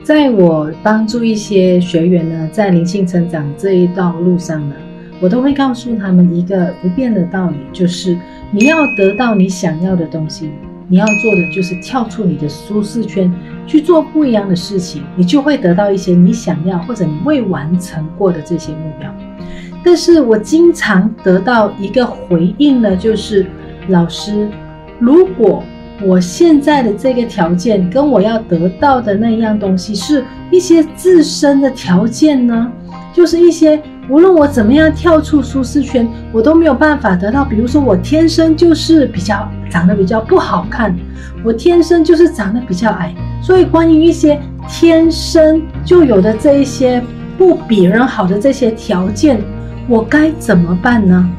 在我帮助一些学员呢，在灵性成长这一道路上呢，我都会告诉他们一个不变的道理，就是你要得到你想要的东西，你要做的就是跳出你的舒适圈，去做不一样的事情，你就会得到一些你想要或者你未完成过的这些目标。但是我经常得到一个回应呢，就是老师，如果我现在的这个条件跟我要得到的那样东西是一些自身的条件呢，就是一些无论我怎么样跳出舒适圈，我都没有办法得到。比如说我天生就是长得比较不好看，我天生就是长得比较矮，所以关于一些天生就有的这一些不比人好的这些条件，我该怎么办呢？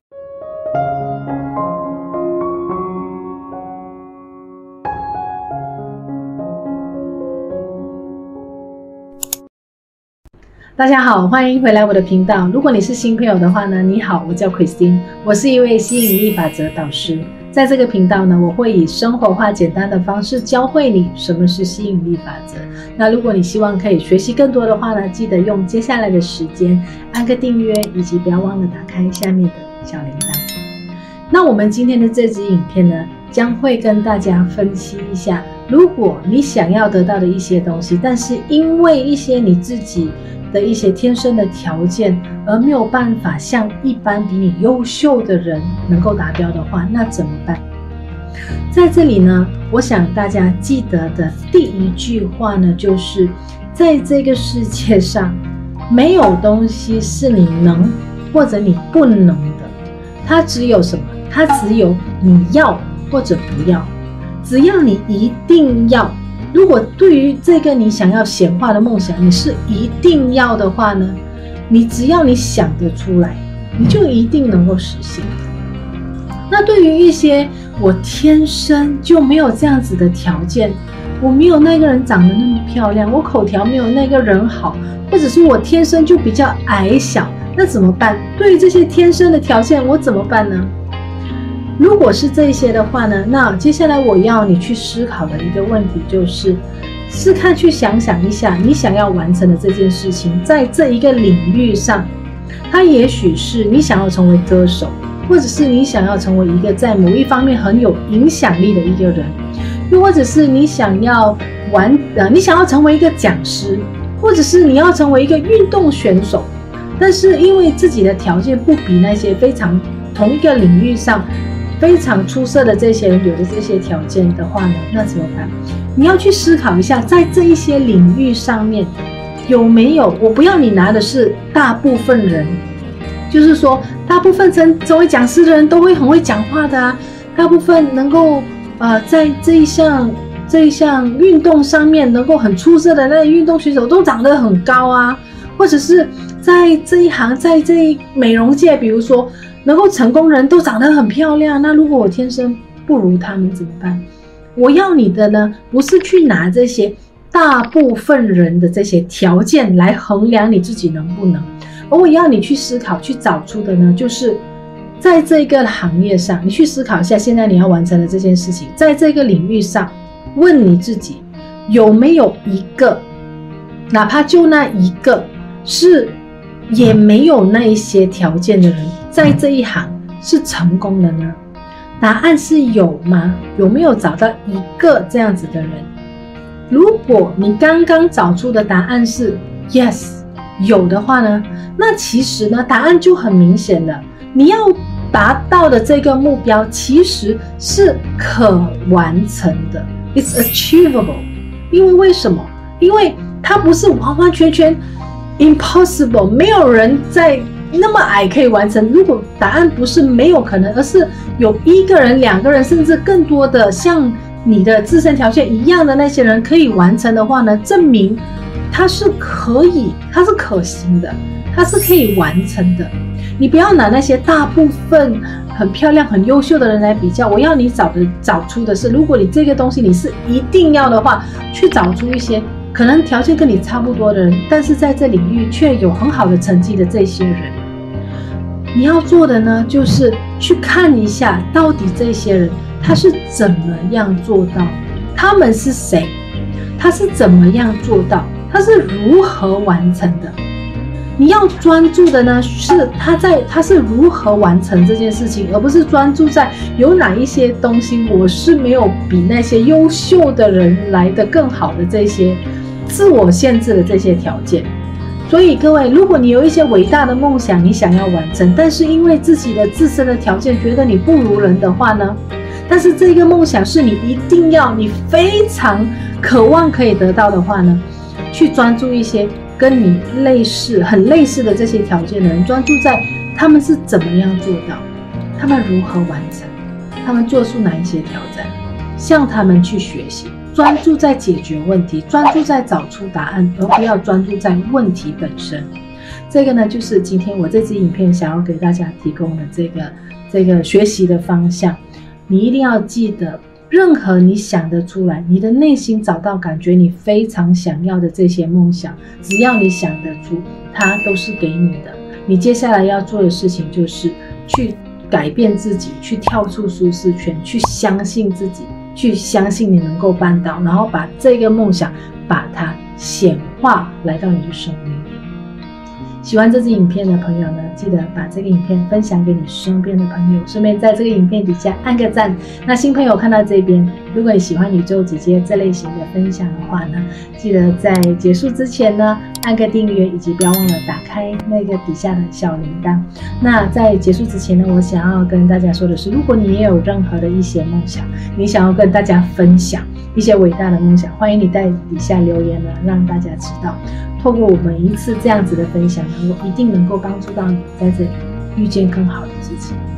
大家好，欢迎回来我的频道。如果你是新朋友的话呢，你好，我叫 Christine， 我是一位吸引力法则导师。在这个频道呢，我会以生活化简单的方式教会你什么是吸引力法则。那如果你希望可以学习更多的话呢，记得用接下来的时间按个订阅，以及不要忘了打开下面的小铃铛。那我们今天的这支影片呢，将会跟大家分析一下，如果你想要得到的一些东西，但是因为一些你自己的一些天生的条件而没有办法像一般比你优秀的人能够达标的话，那怎么办？在这里呢，我想大家记得的第一句话呢，就是在这个世界上没有东西是你能或者你不能的，它只有什么？它只有你要或者不要。只要你一定要，如果对于这个你想要显化的梦想你是一定要的话呢，你只要你想得出来，你就一定能够实现。那对于一些我天生就没有这样子的条件，我没有那个人长得那么漂亮，我口条没有那个人好，或者是我天生就比较矮小，那怎么办？对于这些天生的条件我怎么办呢？如果是这些的话呢，那接下来我要你去思考的一个问题就是去想想一下，你想要完成的这件事情，在这一个领域上，它也许是你想要成为歌手，或者是你想要成为一个在某一方面很有影响力的一个人，又或者是你想要成为一个讲师，或者是你要成为一个运动选手，但是因为自己的条件不比那些非常同一个领域上非常出色的这些人有的这些条件的话呢，那怎么办？你要去思考一下，在这一些领域上面有没有，我不要你拿的是大部分人，就是说大部分成为讲师的人都会很会讲话的啊，大部分能够在这一项运动上面能够很出色的那运动选手都长得很高啊，或者是在这一行，在这一美容界，比如说能够成功人都长得很漂亮，那如果我天生不如他们怎么办？我要你的呢，不是去拿这些大部分人的这些条件来衡量你自己能不能，而我要你去思考去找出的呢，就是在这个行业上，你去思考一下现在你要完成的这件事情，在这个领域上问你自己有没有一个，哪怕就那一个是也没有那一些条件的人在这一行是成功的呢？答案是有吗？有没有找到一个这样子的人？如果你刚刚找出的答案是 yes 有的话呢，那其实呢答案就很明显了，你要达到的这个目标其实是可完成的， it's achievable。 为什么？因为它不是完完全全impossible， 没有人在那么矮可以完成。如果答案不是没有可能，而是有一个人、两个人，甚至更多的像你的自身条件一样的那些人可以完成的话呢，证明它是可以，它是可行的，它是可以完成的。你不要拿那些大部分很漂亮、很优秀的人来比较，我要你找出的是，如果你这个东西你是一定要的话，去找出一些可能条件跟你差不多的人，但是在这领域却有很好的成绩的这些人，你要做的呢，就是去看一下到底这些人他是怎么样做到，他们是谁， 他是怎么样做到，他是如何完成的。你要专注的呢，是他是如何完成这件事情，而不是专注在有哪一些东西我是没有比那些优秀的人来得更好的这些自我限制的这些条件。所以各位，如果你有一些伟大的梦想你想要完成，但是因为自己的自身的条件觉得你不如人的话呢，但是这个梦想是你一定要你非常渴望可以得到的话呢，去专注一些跟你很类似的这些条件的人，专注在他们是怎么样做到，他们如何完成，他们做出哪一些挑战，向他们去学习，专注在解决问题，专注在找出答案，而不要专注在问题本身。这个呢，就是今天我这支影片想要给大家提供的这个学习的方向。你一定要记得，任何你想得出来，你的内心找到感觉你非常想要的这些梦想，只要你想得出，它都是给你的。你接下来要做的事情就是去改变自己，去跳出舒适圈，去相信自己，去相信你能够办到，然后把这个梦想把它显化来到你的生命里。喜欢这支影片的朋友呢，记得把这个影片分享给你身边的朋友，顺便在这个影片底下按个赞。那新朋友看到这边，如果你喜欢宇宙姐姐这类型的分享的话呢，记得在结束之前呢按个订阅，以及不要忘了打开那个底下的小铃铛。那在结束之前呢，我想要跟大家说的是，如果你也有任何的一些梦想，你想要跟大家分享一些伟大的梦想，欢迎你在底下留言呢，让大家知道。透过我们一次这样子的分享呢，我一定能够帮助到你在这里遇见更好的自己。